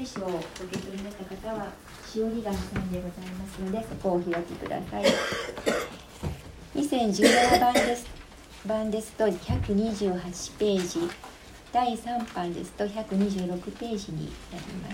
書をお受け取りになった方はしおりが挟んでございますので、そこをお開きください。2017版ですと128ページ、第3版ですと126ページになります。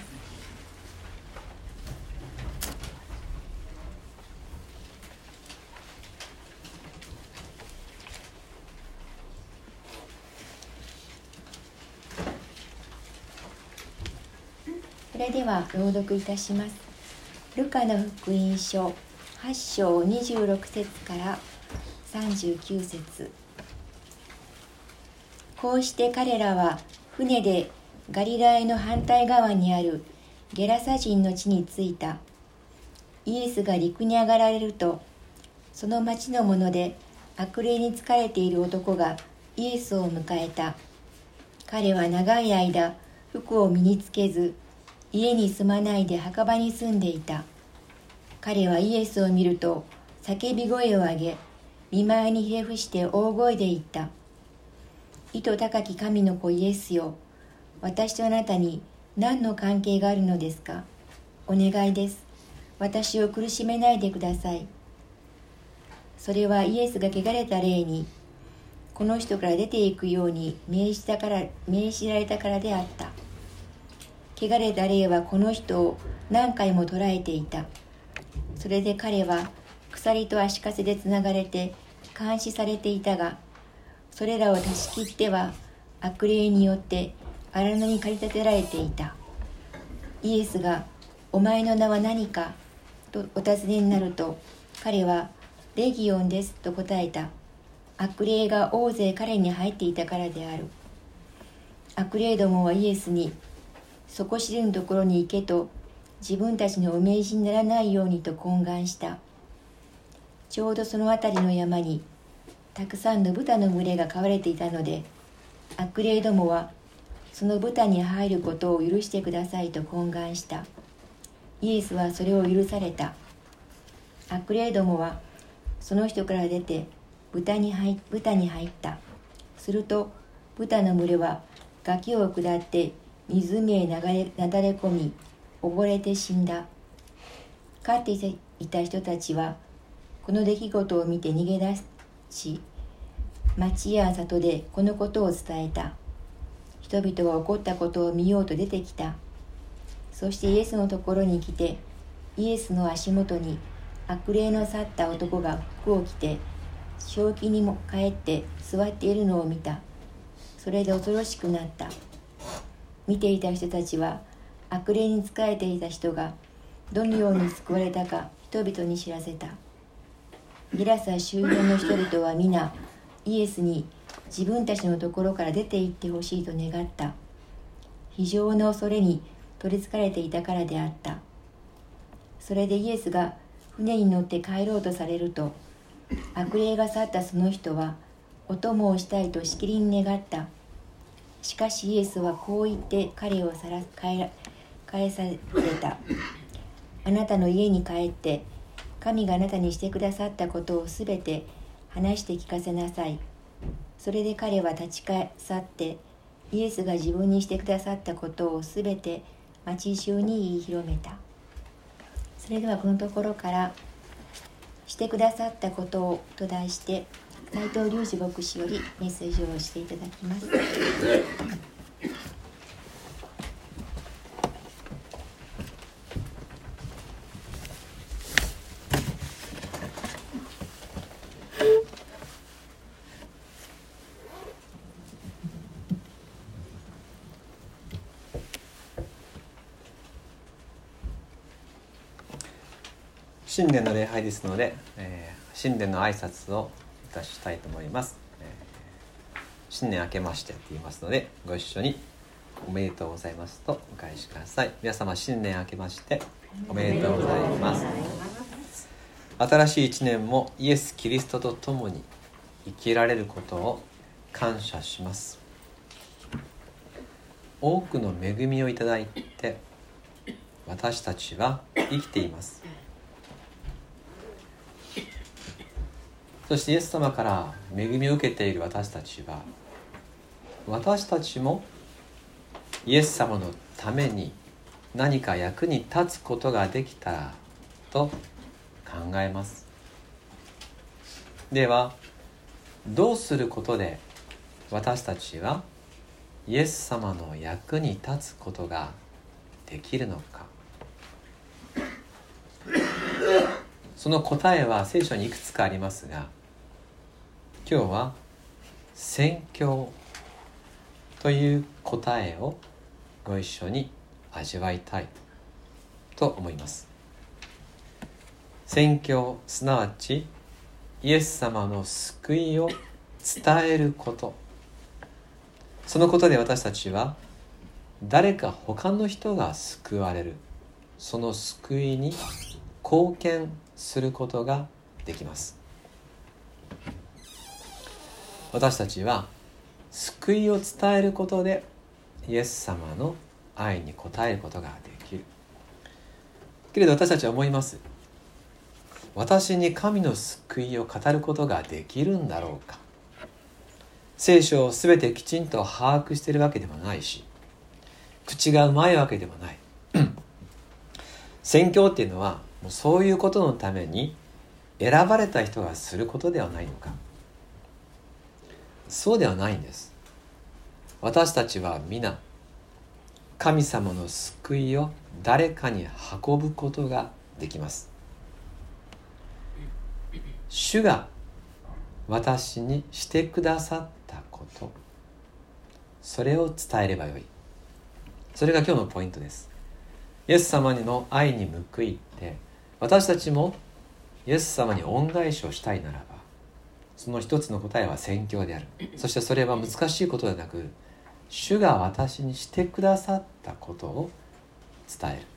それでは朗読いたします。ルカの福音書8章26節から39節。こうして彼らは船でガリラヤの反対側にあるゲラサ人の地に着いた。イエスが陸に上がられると、その町の者で悪霊に疲れている男がイエスを迎えた。彼は長い間服を身につけず、家に住まないで墓場に住んでいた。彼はイエスを見ると叫び声を上げ、見舞いにひれ伏して大声で言った。意図高き神の子イエスよ、私とあなたに何の関係があるのですか。お願いです。私を苦しめないでください。それはイエスが汚れた霊に、この人から出ていくように命じられたからであった。汚れた霊はこの人を何回も捕らえていた。それで彼は鎖と足かせでつながれて監視されていたが、それらを断ち切っては悪霊によって荒野に駆り立てられていた。イエスがお前の名は何かとお尋ねになると、彼はレギオンですと答えた。悪霊が大勢彼に入っていたからである。悪霊どもはイエスに、底知れぬところに行けと自分たちのお命じにならないようにと懇願した。ちょうどそのあたりの山にたくさんの豚の群れが飼われていたので、悪霊どもはその豚に入ることを許してくださいと懇願した。イエスはそれを許された。悪霊どもはその人から出て豚に入った。すると豚の群れは崖を下って湖へなだれ込み、溺れて死んだ。飼っていた人たちはこの出来事を見て逃げ出し、町や里でこのことを伝えた。人々は起こったことを見ようと出てきた。そしてイエスのところに来て、イエスの足元に悪霊の去った男が服を着て正気にも帰って座っているのを見た。それで恐ろしくなった。見ていた人たちは悪霊に仕えていた人がどのように救われたか人々に知らせた。ゲラサ周辺の人々は皆イエスに自分たちのところから出て行ってほしいと願った。非常な恐れに取りつかれていたからであった。それでイエスが船に乗って帰ろうとされると、悪霊が去ったその人はお供をしたいとしきりに願った。しかしイエスはこう言って彼を返された。あなたの家に帰って神があなたにしてくださったことをすべて話して聞かせなさい。それで彼は立ち去ってイエスが自分にしてくださったことをすべて町中に言い広めた。それではこのところからしてくださったことをと題して斉藤隆二牧師よりメッセージをしていただきます。 新年の礼拝ですので、新年の挨拶をいたしたいと思います。新年明けましてと言いますので、ご一緒におめでとうございますとお返しください。皆様新年明けましておめでとうございます。新しい一年もイエス・キリストと共に生きられることを感謝します。多くの恵みをいただいて私たちは生きています。そしてイエス様から恵みを受けている私たちは、私たちもイエス様のために何か役に立つことができたらと考えます。ではどうすることで私たちはイエス様の役に立つことができるのか。その答えは聖書にいくつかありますが、今日は宣教という答えをご一緒に味わいたいと思います。宣教、すなわちイエス様の救いを伝えること。そのことで私たちは誰か他の人が救われる、その救いに貢献することができます。私たちは救いを伝えることでイエス様の愛に応えることができる。けれど私たちは思います。私に神の救いを語ることができるんだろうか。聖書をすべてきちんと把握しているわけでもないし、口がうまいわけでもない。宣教っていうのはもうそういうことのために選ばれた人がすることではないのか。そうではないんです。私たちは皆神様の救いを誰かに運ぶことができます。主が私にしてくださったこと、それを伝えればよい。それが今日のポイントです。イエス様の愛に報いて、私たちもイエス様に恩返しをしたいならば、その一つの答えは宣教である。そしてそれは難しいことではなく、主が私にしてくださったことを伝える。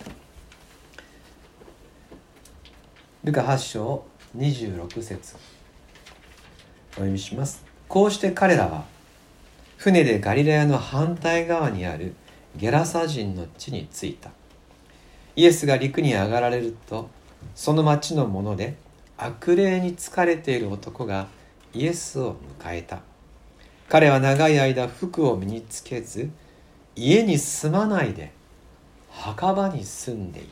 ルカ8章26節お読みします。こうして彼らは船でガリラヤの反対側にあるゲラサ人の地に着いた。イエスが陸に上がられると、その町の者で悪霊に疲れている男がイエスを迎えた。彼は長い間服を身につけず、家に住まないで墓場に住んでいった。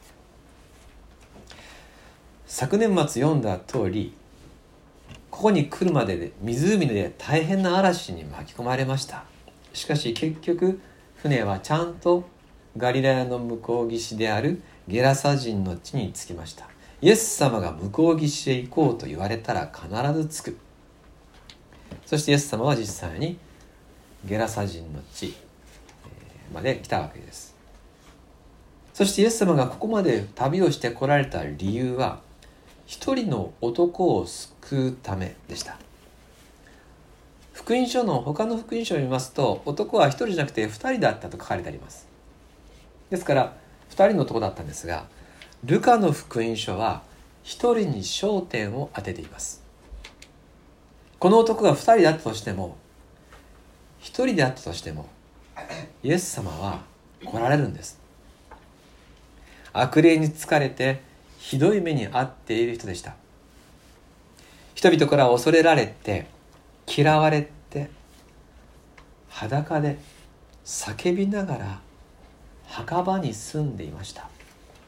昨年末読んだ通り、ここに来るまでで湖で大変な嵐に巻き込まれました。しかし結局船はちゃんとガリラヤの向こう岸であるゲラサ人の地に着きました。イエス様が向こう岸へ行こうと言われたら必ず着く。そしてイエス様は実際にゲラサ人の地まで来たわけです。そしてイエス様がここまで旅をして来られた理由は、一人の男を救うためでした。他の福音書を見ますと、男は一人じゃなくて二人だったと書かれてあります。ですから二人の男だったんですが、ルカの福音書は一人に焦点を当てています。この男が二人だったとしても、一人であったとしても、イエス様は来られるんです。悪霊に疲れてひどい目に遭っている人でした。人々から恐れられて、嫌われて、裸で叫びながら墓場に住んでいました。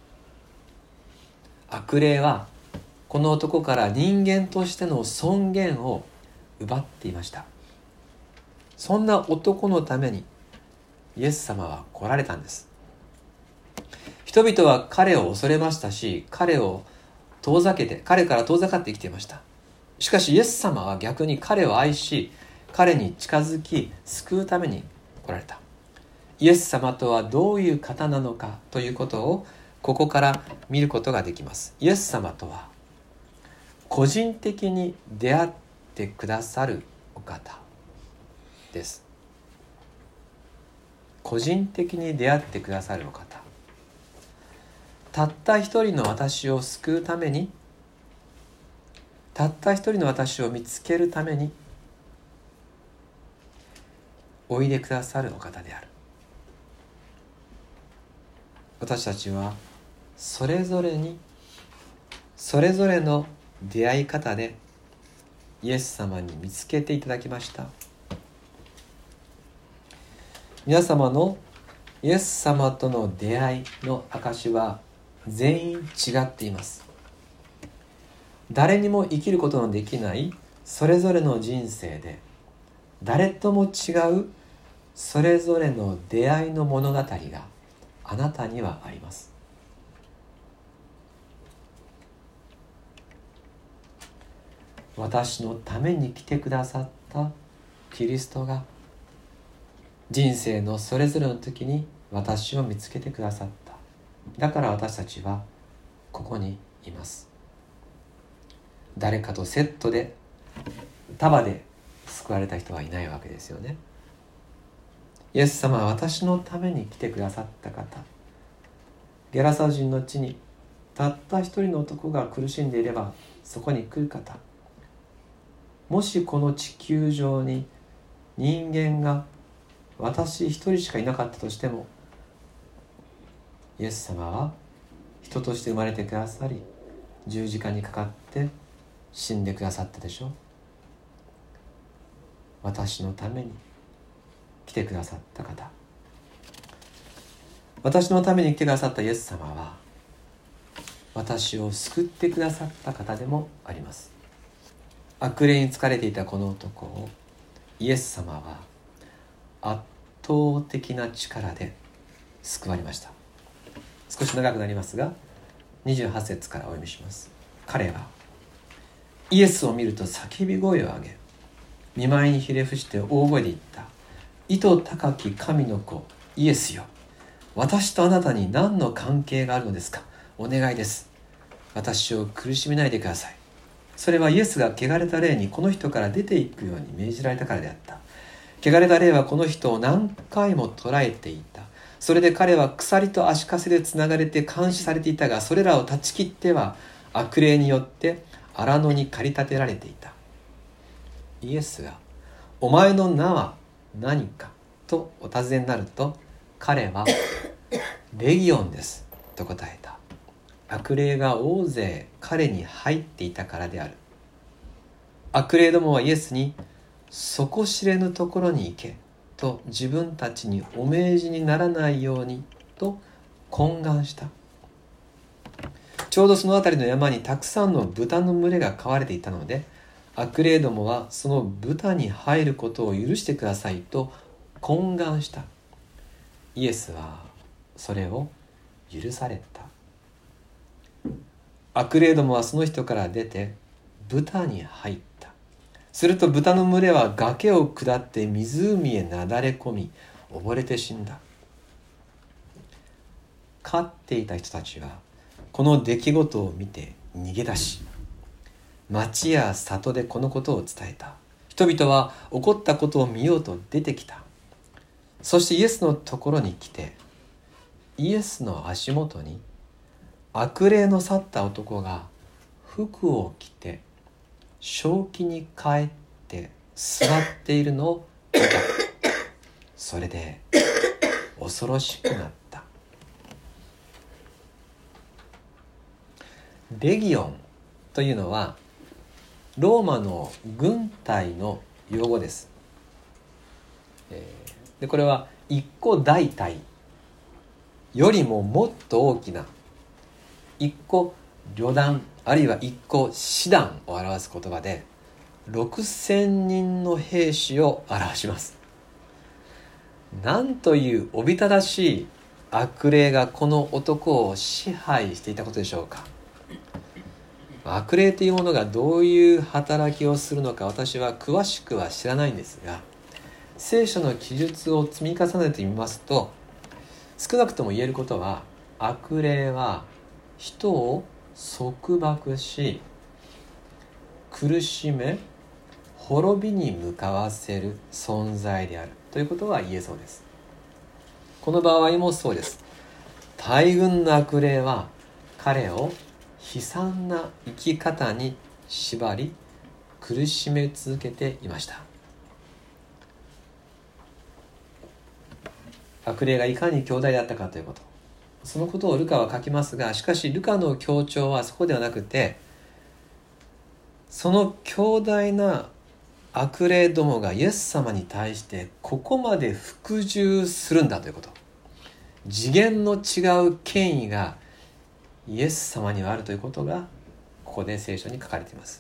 悪霊はこの男から人間としての尊厳を奪っていました。そんな男のためにイエス様は来られたんです。人々は彼を恐れましたし、彼から遠ざかって生きていました。しかしイエス様は逆に彼を愛し、彼に近づき救うために来られた。イエス様とはどういう方なのかということをここから見ることができます。イエス様とは個人的に出会ってくださるお方です。個人的に出会ってくださるお方。たった一人の私を救うために、たった一人の私を見つけるためにおいでくださるお方である。私たちはそれぞれの出会い方でイエス様に見つけていただきました。皆様のイエス様との出会いの証は全員違っています。誰にも生きることのできないそれぞれの人生で、誰とも違うそれぞれの出会いの物語があなたにはあります。私のために来てくださったキリストが人生のそれぞれの時に私を見つけてくださった。だから私たちはここにいます。誰かとセットで束で救われた人はいないわけですよね。イエス様は私のために来てくださった方。ゲラサ人の地にたった一人の男が苦しんでいればそこに来る方。もしこの地球上に人間が私一人しかいなかったとしても、イエス様は人として生まれてくださり、十字架にかかって死んでくださったでしょう。私のために来てくださった方、私のために来てくださったイエス様は私を救ってくださった方でもあります。悪霊に疲れていたこの男をイエス様は圧倒的な力で救われました。少し長くなりますが28節からお読みします。彼はイエスを見ると叫び声を上げ、見舞いにひれ伏して大声で言った。意図高き神の子イエスよ、私とあなたに何の関係があるのですか。お願いです。私を苦しめないでください。それはイエスが汚れた霊にこの人から出ていくように命じられたからであった。汚れた霊はこの人を何回も捕らえていた。それで彼は鎖と足かせでつながれて監視されていたが、それらを断ち切っては悪霊によって荒野に駆り立てられていた。イエスがお前の名は何かとお尋ねになると、彼はレギオンですと答えた。悪霊が大勢彼に入っていたからである。悪霊どもはイエスに底知れぬところに行けと自分たちにお命じにならないようにと懇願した。ちょうどその辺りの山にたくさんの豚の群れが飼われていたので、悪霊どもはその豚に入ることを許してくださいと懇願した。イエスはそれを許された。悪霊どもはその人から出て豚に入った。すると豚の群れは崖を下って湖へなだれ込み溺れて死んだ。飼っていた人たちはこの出来事を見て逃げ出し、町や里でこのことを伝えた。人々は起こったことを見ようと出てきた。そしてイエスのところに来て、イエスの足元に悪霊の去った男が服を着て正気に帰って座っているのを見た。それで恐ろしくなった。レギオンというのはローマの軍隊の用語です。でこれは一個大隊よりももっと大きな一個旅団あるいは一個師団を表す言葉で6000人の兵士を表します。なんというおびただしい悪霊がこの男を支配していたことでしょうか。悪霊というものがどういう働きをするのか私は詳しくは知らないんですが、聖書の記述を積み重ねてみますと、少なくとも言えることは、悪霊は人を束縛し苦しめ滅びに向かわせる存在であるということは言えそうです。この場合もそうです。大群の悪霊は彼を悲惨な生き方に縛り苦しめ続けていました。悪霊がいかに強大であったかということ、そのことをルカは書きますが、しかしルカの強調はそこではなくて、その強大な悪霊どもがイエス様に対してここまで服従するんだということ、 次元の違う権威がイエス様にはあるということがここで聖書に書かれています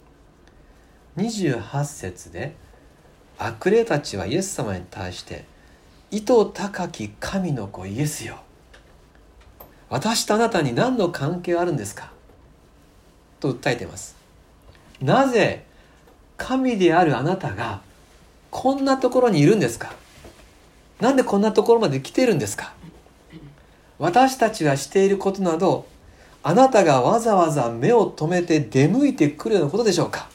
。28節で悪霊たちはイエス様に対して意図高き神の子イエスよ、私とあなたに何の関係があるんですかと訴えています。なぜ神であるあなたがこんなところにいるんですか。なんでこんなところまで来ているんですか。私たちがしていることなどあなたがわざわざ目を留めて出向いてくるようなことでしょうか。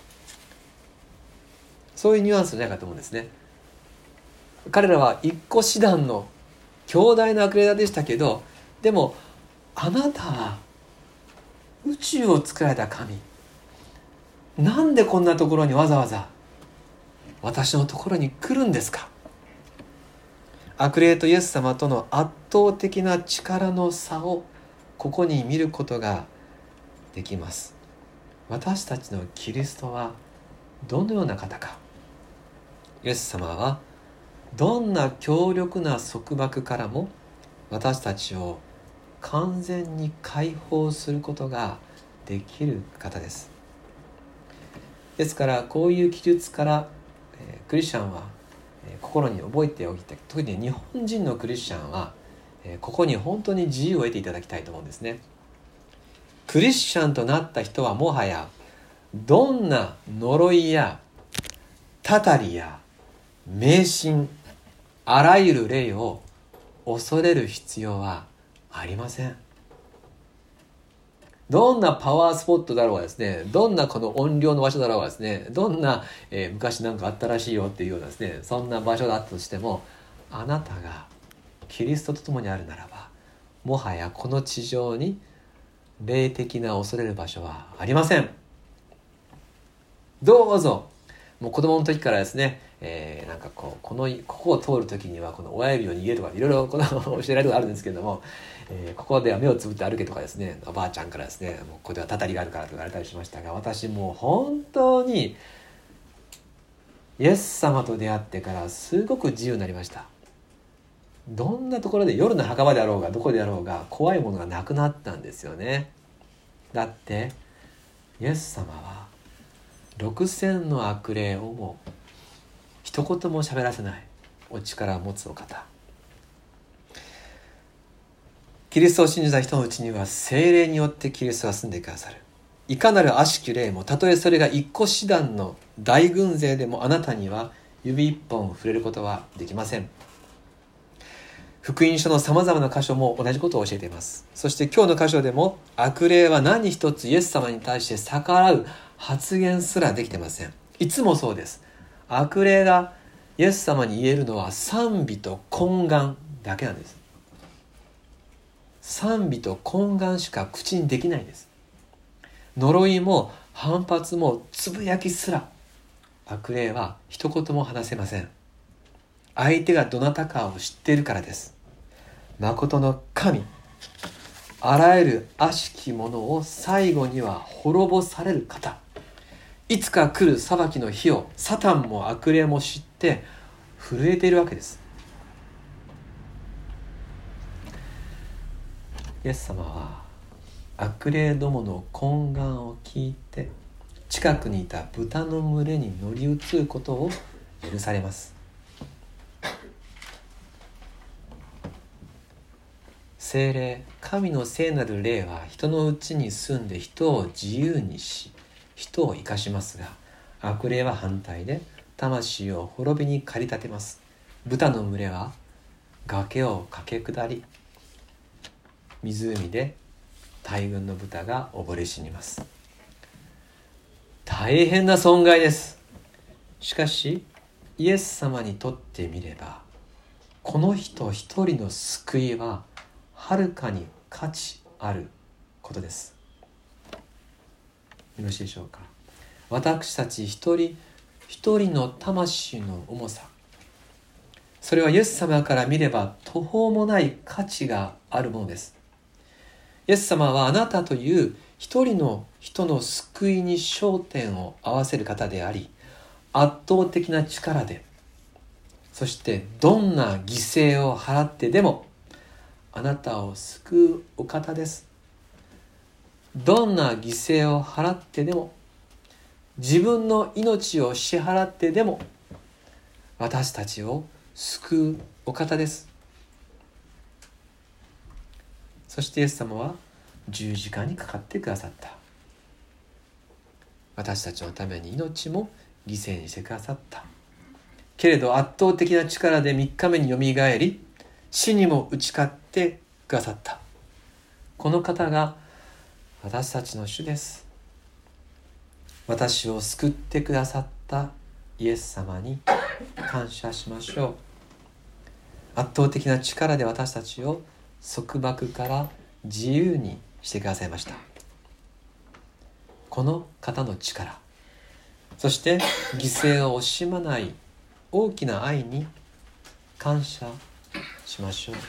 そういうニュアンスじゃないかと思うんですね。彼らは一個師団の強大な悪霊でしたけど、でもあなたは宇宙を作られた神、なんでこんなところにわざわざ私のところに来るんですか。悪霊とイエス様との圧倒的な力の差をここに見ることができます。私たちのキリストはどのような方か。イエス様はどんな強力な束縛からも私たちを完全に解放することができる方です。ですからこういう記述からクリスチャンは心に覚えておきたい。特に日本人のクリスチャンはここに本当に自由を得ていただきたいと思うんですね。クリスチャンとなった人はもはやどんな呪いやたたりや迷信、あらゆる霊を恐れる必要はありません。どんなパワースポットだろうがですね、どんなこの怨霊の場所だろうがですね、どんな、昔なんかあったらしいよっていうようなですね、そんな場所だったとしても、あなたがキリストと共にあるならば、もはやこの地上に霊的な恐れる場所はありません。どうぞ、もう子供の時からですね、なんかここを通る時にはこの親指を握るとかいろいろ教えられることがあるんですけれども、ここでは目をつぶって歩けとかですね、おばあちゃんからですね、もうここではたたりがあるからと言われたりしましたが、私もう本当にイエス様と出会ってからすごく自由になりました。どんなところで、夜の墓場であろうがどこであろうが怖いものがなくなったんですよね。だってイエス様は6000の悪霊をも一言も喋らせないお力を持つお方。キリストを信じた人のうちには聖霊によってキリストが住んでくださる。いかなる悪しき霊もたとえそれが一個師団の大軍勢でもあなたには指一本触れることはできません。福音書のさまざまな箇所も同じことを教えています。そして今日の箇所でも悪霊は何一つイエス様に対して逆らう発言すらできてません。いつもそうです。悪霊がイエス様に言えるのは賛美と懇願だけなんです。賛美と懇願しか口にできないんです。呪いも反発もつぶやきすら悪霊は一言も話せません。相手がどなたかを知っているからです。誠の神、あらゆる悪しきものを最後には滅ぼされる方、いつか来る裁きの日をサタンも悪霊も知って震えているわけです。イエス様は悪霊どもの懇願を聞いて近くにいた豚の群れに乗り移ることを許されます。聖霊、神の聖なる霊は人のうちに住んで人を自由にし人を生かしますが、悪霊は反対で魂を滅びに駆り立てます。豚の群れは崖を駆け下り、湖で大群の豚が溺れ死にます。大変な損害です。しかしイエス様にとってみれば、この人一人の救いははるかに価値あることです。よろしいでしょうか。私たち一人一人の魂の重さ、それはイエス様から見れば途方もない価値があるものです。イエス様はあなたという一人の人の救いに焦点を合わせる方であり、圧倒的な力で、そしてどんな犠牲を払ってでもあなたを救うお方です。どんな犠牲を払ってでも、自分の命を支払ってでも、私たちを救うお方です。そしてイエス様は十字架にかかってくださった。私たちのために命も犠牲にしてくださった。けれど圧倒的な力で3日目によみがえり、死にも打ち勝ってくださった。この方が私たちの主です。私を救ってくださったイエス様に感謝しましょう。圧倒的な力で私たちを束縛から自由にしてくださいました。この方の力、そして犠牲を惜しまない大きな愛に感謝しましょう。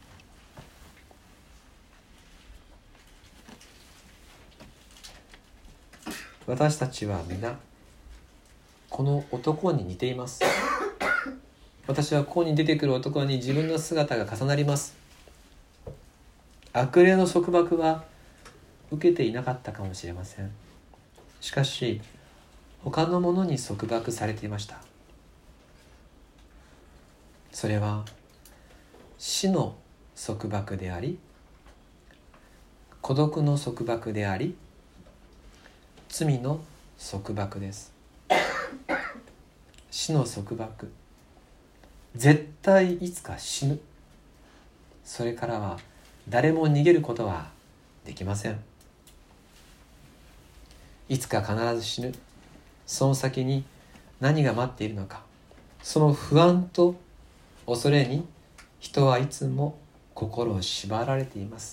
私たちは皆この男に似ています。私はここに出てくる男に自分の姿が重なります。悪霊の束縛は受けていなかったかもしれません。しかし他のものに束縛されていました。それは死の束縛であり、孤独の束縛であり、罪の束縛です。死の束縛、絶対いつか死ぬ。それからは誰も逃げることはできません。いつか必ず死ぬ。その先に何が待っているのか、その不安と恐れに人はいつも心を縛られています。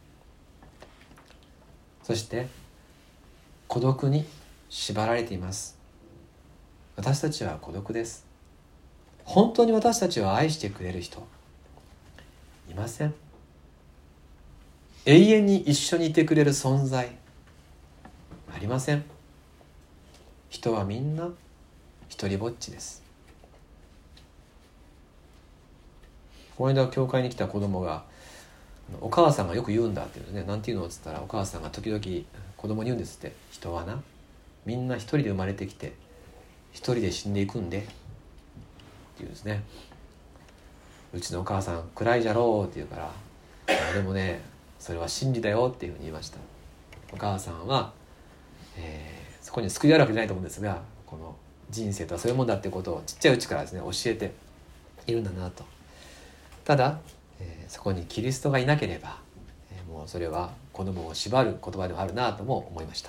そして孤独に縛られています。私たちは孤独です。本当に私たちを愛してくれる人いません。永遠に一緒にいてくれる存在ありません。人はみんな一人ぼっちです。この間教会に来た子供が、お母さんがよく言うんだって言うんですね。なんて言うのって言ったら、お母さんが時々子供に言うんですって。人はな、みんな一人で生まれてきて一人で死んでいくんでって言うんですね。うちのお母さん暗いじゃろうって言うから、でもねそれは真理だよっていうふうに言いました。お母さんは、そこに救いがあるわけじゃないと思うんですが、この人生とはそういうもんだってことをちっちゃいうちからですね教えているんだなと。ただ、そこにキリストがいなければ、もうそれは子供を縛る言葉ではあるなとも思いました。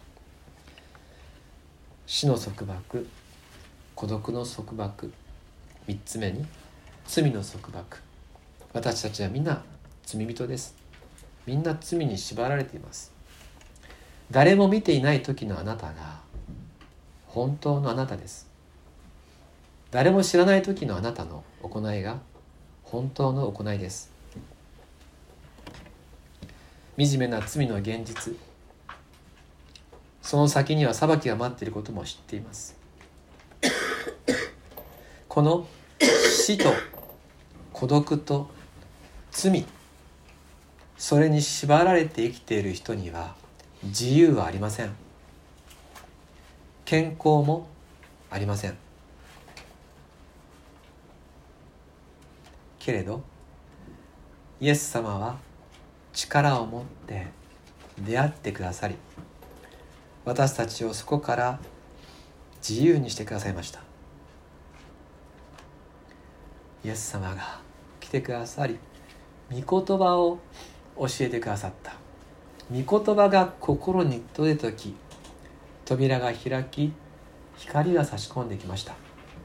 死の束縛、孤独の束縛、3つ目に罪の束縛。私たちはみんな罪人です。みんな罪に縛られています。誰も見ていない時のあなたが本当のあなたです。誰も知らない時のあなたの行いが本当の行いです。惨めな罪の現実、その先には裁きが待っていることも知っています。この死と孤独と罪、それに縛られて生きている人には自由はありません。健康もありません。けれどイエス様は力を持って出会ってくださり、私たちをそこから自由にしてくださいました。イエス様が来てくださり、御言葉を教えてくださった。御言葉が心に届いた時、扉が開き、光が差し込んできました。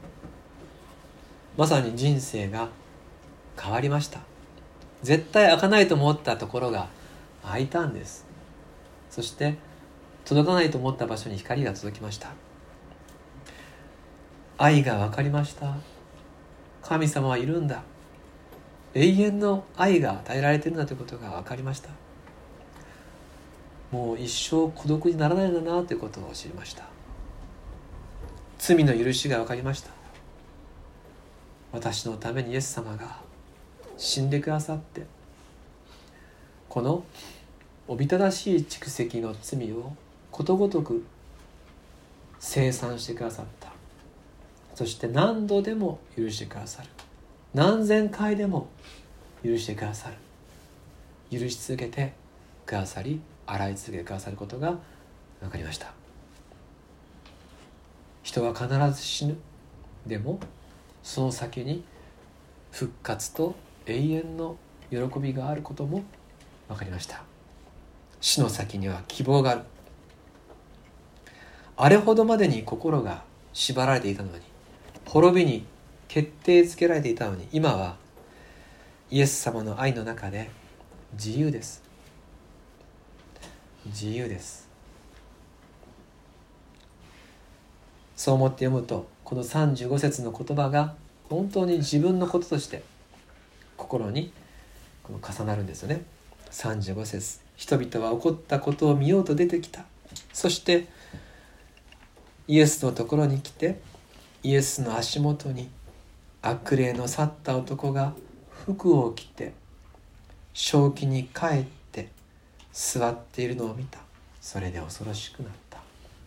まさに人生が変わりました。絶対開かないと思ったところが開いたんです。そして届かないと思った場所に光が届きました。愛が分かりました。神様はいるんだ、永遠の愛が与えられているんだということが分かりました。もう一生孤独にならないんだなということを知りました。罪の許しが分かりました。私のためにイエス様が死んでくださって、 このおびただしい蓄積の罪をことごとく清算してくださった。そして何度でも許してくださる。何千回でも許してくださる。許し続けてくださり、洗い続けてくださることが分かりました。人は必ず死ぬ。でもその先に復活と永遠の喜びがあることも分かりました。死の先には希望がある。あれほどまでに心が縛られていたのに、滅びに決定づけられていたのに、今はイエス様の愛の中で自由です。自由です。そう思って読むと、この35節の言葉が本当に自分のこととして心に重なるんですよね。35節、人々は起こったことを見ようと出てきた。そしてイエスのところに来て、イエスの足元に悪霊の去った男が服を着て正気に帰って座っているのを見た。それで恐ろしくなった。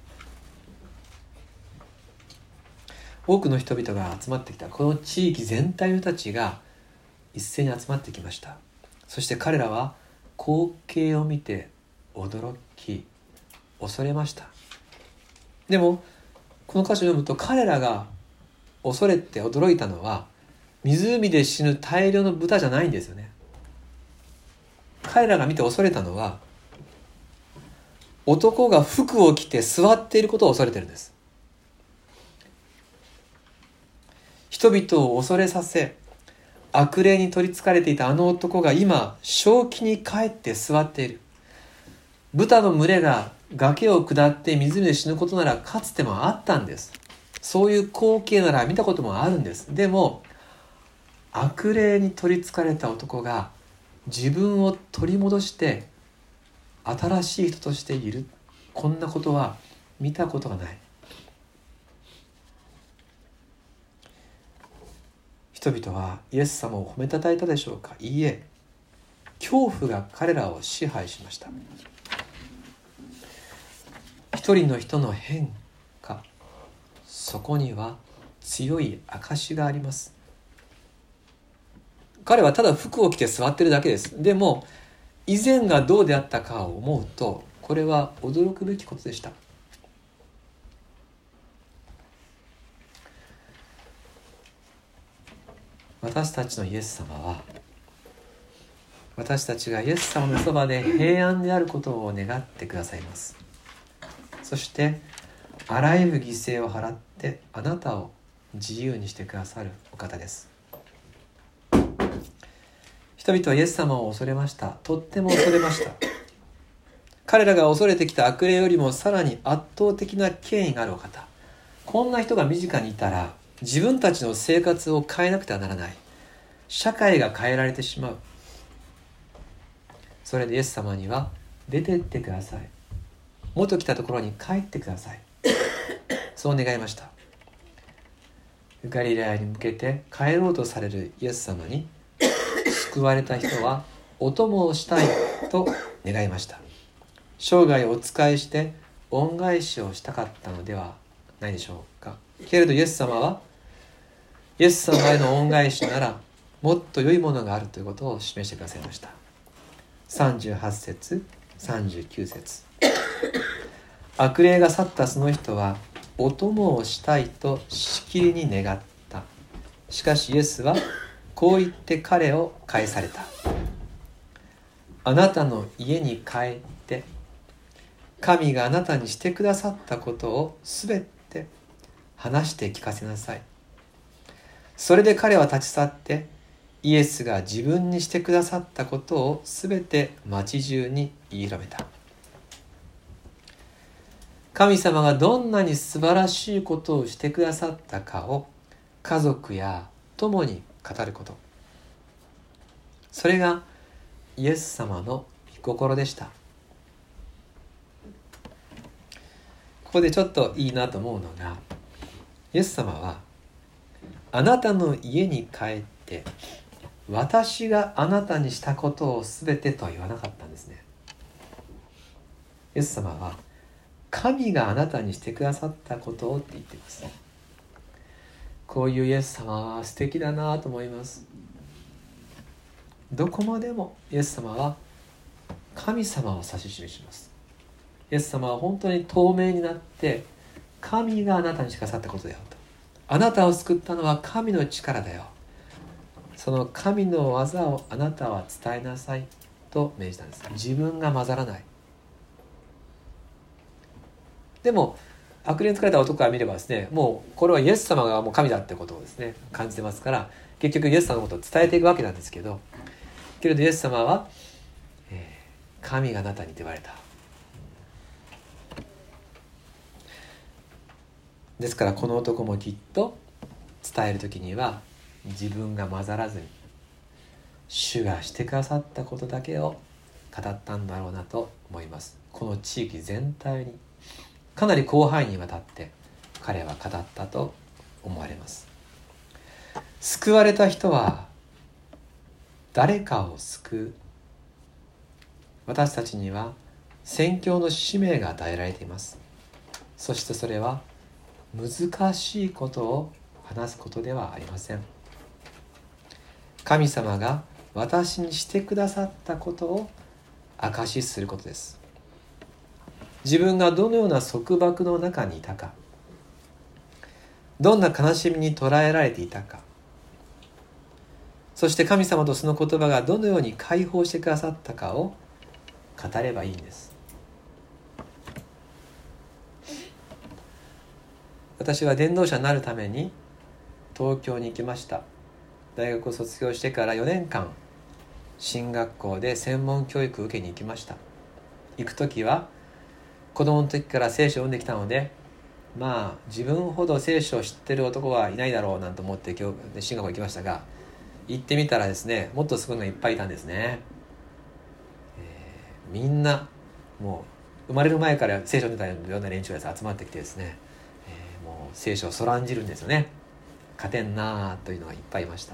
多くの人々が集まってきた。この地域全体の人たちが一斉に集まってきました。そして彼らは光景を見て驚き恐れました。でもこの箇所を読むと、彼らが恐れて驚いたのは湖で死ぬ大量の豚じゃないんですよね。彼らが見て恐れたのは、男が服を着て座っていることを恐れているんです。人々を恐れさせ、悪霊に取りつかれていたあの男が今正気に帰って座っている。豚の群れが崖を下って湖で死ぬことならかつてもあったんです。そういう光景なら見たこともあるんです。でも悪霊に取りつかれた男が自分を取り戻して新しい人としている、こんなことは見たことがない。人々はイエス様を褒めたたえたでしょうか。いいえ、恐怖が彼らを支配しました。一人の人の変化、そこには強い証があります。彼はただ服を着て座ってるだけです。でも以前がどうであったかを思うと、これは驚くべきことでした。私たちのイエス様は、私たちがイエス様のそばで平安であることを願ってくださいます。そしてあらゆる犠牲を払ってあなたを自由にしてくださるお方です。人々はイエス様を恐れました。とっても恐れました。彼らが恐れてきた悪霊よりもさらに圧倒的な権威があるお方。こんな人が身近にいたら自分たちの生活を変えなくてはならない。社会が変えられてしまう。それでイエス様には出てってください。元来たところに帰ってください。そう願いました。ガリラヤに向けて帰ろうとされるイエス様に救われた人はお供をしたいと願いました。生涯お仕えして恩返しをしたかったのではないでしょうか。けれどイエス様は、イエス様への恩返しならもっと良いものがあるということを示してくださいました。38節39節、悪霊が去ったその人はお供をしたいとしきりに願った。しかしイエスはこう言って彼を返された。あなたの家に帰って神があなたにしてくださったことをすべて話して聞かせなさい。それで彼は立ち去ってイエスが自分にしてくださったことをすべて町中に言い広めた。神様がどんなに素晴らしいことをしてくださったかを家族や友に語ること、それがイエス様の御心でした。ここでちょっといいなと思うのが、イエス様はあなたの家に帰って私があなたにしたことをすべてとは言わなかったんですね。イエス様は神があなたにしてくださったことをって言っています。こういうイエス様は素敵だなと思います。どこまでもイエス様は神様を指し示します。イエス様は本当に透明になって神があなたにしてくださったことだよと。あなたを救ったのは神の力だよ。その神の技をあなたは伝えなさいと命じたんです。自分が混ざらない。でも悪霊に疲れた男から見ればですね、もうこれはイエス様がもう神だってことをですね感じてますから、結局イエス様のことを伝えていくわけなんですけど、けれどイエス様は、神があなたにと言われた。ですからこの男もきっと伝える時には自分が混ざらずに主がしてくださったことだけを語ったんだろうなと思います。この地域全体にかなり広範囲にわたって彼は語ったと思われます。救われた人は誰かを救う。私たちには宣教の使命が与えられています。そしてそれは難しいことを話すことではありません。神様が私にしてくださったことを証しすることです。自分がどのような束縛の中にいたか、どんな悲しみに捉えられていたか、そして神様とその言葉がどのように解放してくださったかを語ればいいんです。私は伝道者になるために東京に行きました。大学を卒業してから4年間進学校で専門教育を受けに行きました。行く時は子供の時から聖書を読んできたので、まあ自分ほど聖書を知ってる男はいないだろうなんて思って進学校行きましたが、行ってみたらですね、もっとすごいのがいっぱいいたんですね。みんなもう生まれる前から聖書を読んでたような連中が集まってきてですね、もう聖書をそらんじるんですよね。勝てんなというのがいっぱいいました。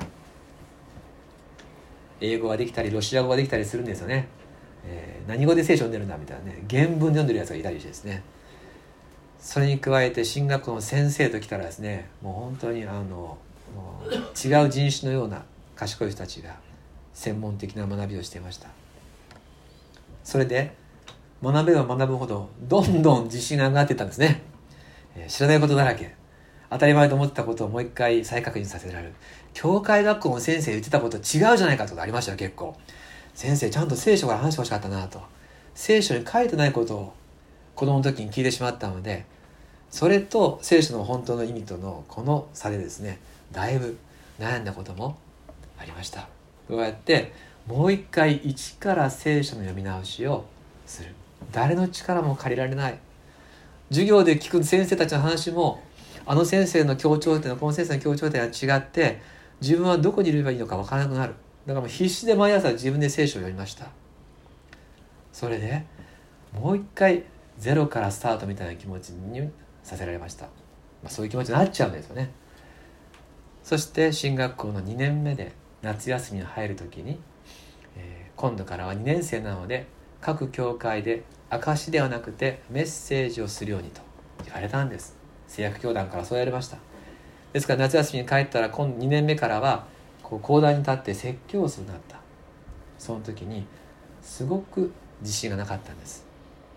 英語ができたりロシア語ができたりするんですよね。何語で聖書を読んでるんだみたいなね、原文で読んでるやつがいたりしてですね、それに加えて進学校の先生ときたらですね、もう本当にもう違う人種のような賢い人たちが専門的な学びをしていました。それで学べば学ぶほどどんどん自信が上がっていったんですね。知らないことだらけ、当たり前と思ってたことをもう一回再確認させられる。教会学校の先生言ってたこと違うじゃないかってことありましたよ。結構先生ちゃんと聖書から話してほしかったなと、聖書に書いてないことを子供の時に聞いてしまったので、それと聖書の本当の意味とのこの差でですね、だいぶ悩んだこともありました。こうやってもう一回一から聖書の読み直しをする。誰の力も借りられない。授業で聞く先生たちの話も、あの先生の強調点とこの先生の強調点が違って、自分はどこにいればいいのか分からなくなる。だからもう必死で毎朝自分で聖書を読みました。それでもう一回ゼロからスタートみたいな気持ちにさせられました。そういう気持ちになっちゃうんですよね。そして進学校の2年目で夏休みに入るときに、今度からは2年生なので各教会で証しではなくてメッセージをするようにと言われたんです。聖約教団からそうやりました。ですから夏休みに帰ったら今2年目からは講談に立って説教をするようになった。その時にすごく自信がなかったんです。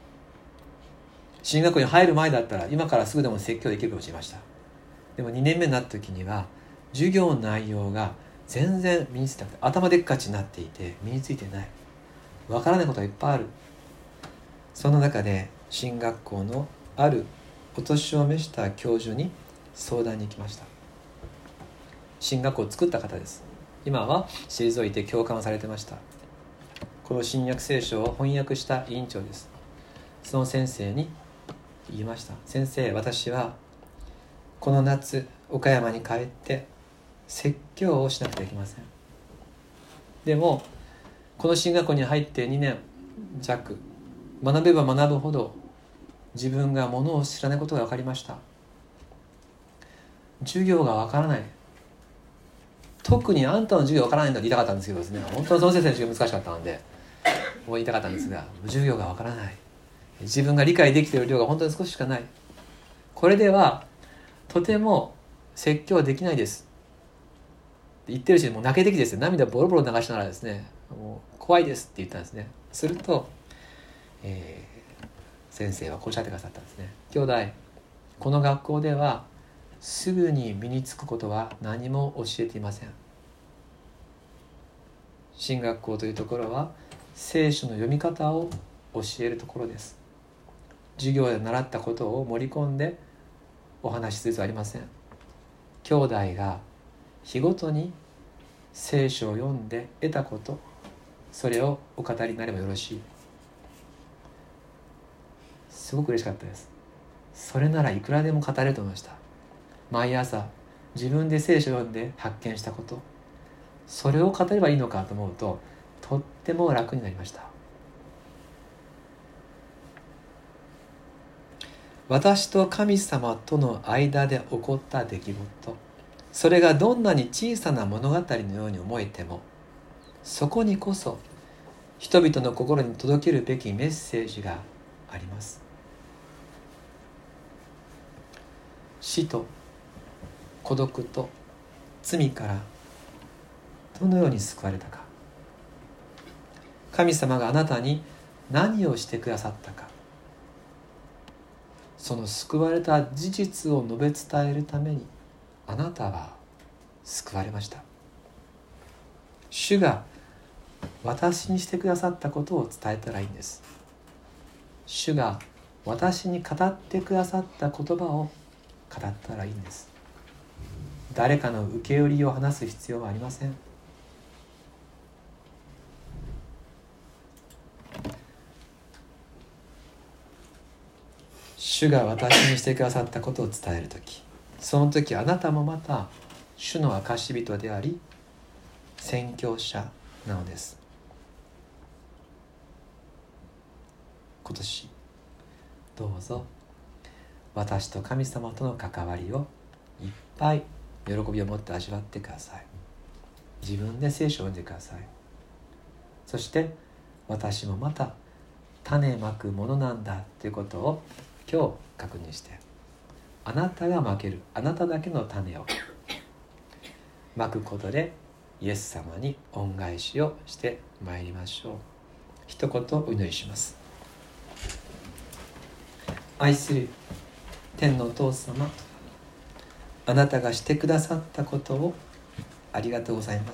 進学校に入る前だったら今からすぐでも説教できるかもしれました。でも2年目になった時には授業の内容が全然身についてなくて、頭でっかちになっていて身についてない、わからないことがいっぱいある。その中で進学校のあるお年を召した教授に相談に行きました。進学校を作った方です。今は退いて教官をされてました。この新約聖書を翻訳した委員長です。その先生に言いました。先生、私はこの夏岡山に帰って説教をしなくてはいけません。でもこの進学校に入って2年弱、学べば学ぶほど自分がものを知らないことが分かりました。授業が分からない。 特にあんたの授業わからないんだって言いたかったんですけどですね、本当にその先生の授業難しかったのでもう言いたかったんですが、授業がわからない、自分が理解できている量が本当に少ししかない、これではとても説教できないですって言ってるし、もう泣けてきてですね、涙ボロボロ流しながらですね、もう怖いですって言ったんですね。すると、先生はこうおっしゃってくださったんですね。兄弟、この学校ではすぐに身につくことは何も教えていません。神学校というところは聖書の読み方を教えるところです。授業で習ったことを盛り込んでお話しする必要はありません。兄弟が日ごとに聖書を読んで得たこと、それをお語りになればよろしい。すごく嬉しかったです。それならいくらでも語れると思いました。毎朝自分で聖書を読んで発見したこと、それを語ればいいのかと思うととっても楽になりました。私と神様との間で起こった出来事、それがどんなに小さな物語のように思えても、そこにこそ人々の心に届けるべきメッセージがあります。死と孤独と罪からどのように救われたか、神様があなたに何をしてくださったか、その救われた事実を述べ伝えるためにあなたは救われました。主が私にしてくださったことを伝えたらいいんです。主が私に語ってくださった言葉を語ったらいいんです。誰かの受け売りを話す必要はありません。主が私にしてくださったことを伝えるとき、その時あなたもまた主の証人であり宣教者なのです。今年どうぞ私と神様との関わりをいっぱい喜びを持って味わってください。自分で聖書を読んでください。そして私もまた種まくものなんだということを今日確認して、あなたがまける、あなただけの種をまくことでイエス様に恩返しをしてまいりましょう。一言お祈りします。愛する天のお父様、あなたがしてくださったことをありがとうございます。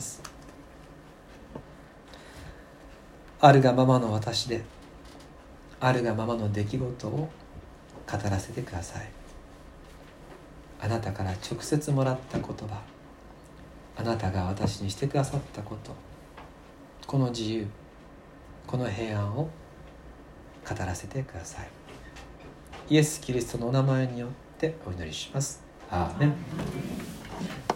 あるがままの私で、あるがままの出来事を語らせてください。あなたから直接もらった言葉、あなたが私にしてくださったこと、この自由、この平安を語らせてください。イエス・キリストのお名前によってお祈りします。アーメン。